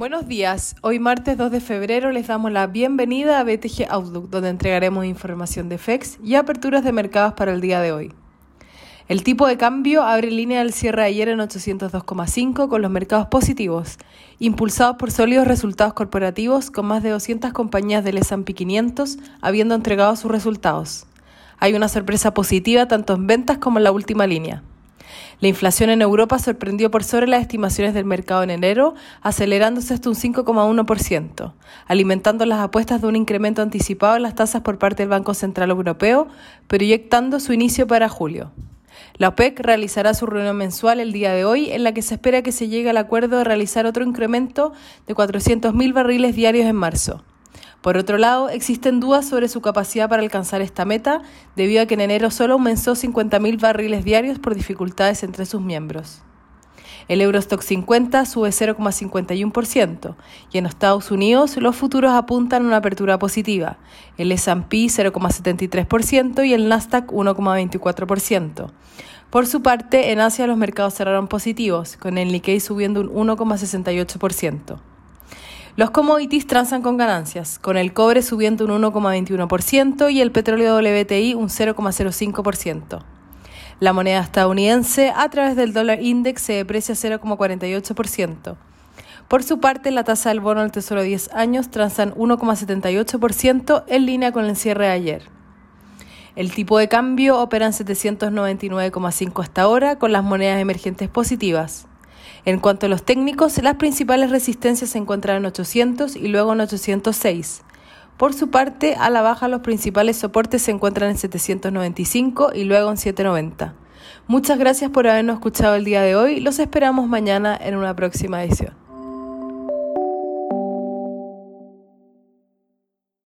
Buenos días, hoy martes 2 de febrero les damos la bienvenida a BTG Outlook, donde entregaremos información de FX y aperturas de mercados para el día de hoy. El tipo de cambio abre línea al cierre de ayer en 802,5 con los mercados positivos, impulsados por sólidos resultados corporativos con más de 200 compañías del S&P 500 habiendo entregado sus resultados. Hay una sorpresa positiva tanto en ventas como en la última línea. La inflación en Europa sorprendió por sobre las estimaciones del mercado en enero, acelerándose hasta un 5,1%, alimentando las apuestas de un incremento anticipado en las tasas por parte del Banco Central Europeo, proyectando su inicio para julio. La OPEC realizará su reunión mensual el día de hoy, en la que se espera que se llegue al acuerdo de realizar otro incremento de 400.000 barriles diarios en marzo. Por otro lado, existen dudas sobre su capacidad para alcanzar esta meta, debido a que en enero solo aumentó 50.000 barriles diarios por dificultades entre sus miembros. El Eurostoxx 50 sube 0,51% y en Estados Unidos los futuros apuntan a una apertura positiva, el S&P 0,73% y el Nasdaq 1,24%. Por su parte, en Asia los mercados cerraron positivos, con el Nikkei subiendo un 1,68%. Los commodities transan con ganancias, con el cobre subiendo un 1,21% y el petróleo WTI un 0,05%. La moneda estadounidense a través del dólar index se deprecia 0,48%. Por su parte, la tasa del bono del Tesoro de 10 años transan 1,78% en línea con el cierre de ayer. El tipo de cambio opera en 799,5 hasta ahora, con las monedas emergentes positivas. En cuanto a los técnicos, las principales resistencias se encuentran en 800 y luego en 806. Por su parte, a la baja los principales soportes se encuentran en 795 y luego en 790. Muchas gracias por habernos escuchado el día de hoy. Los esperamos mañana en una próxima edición.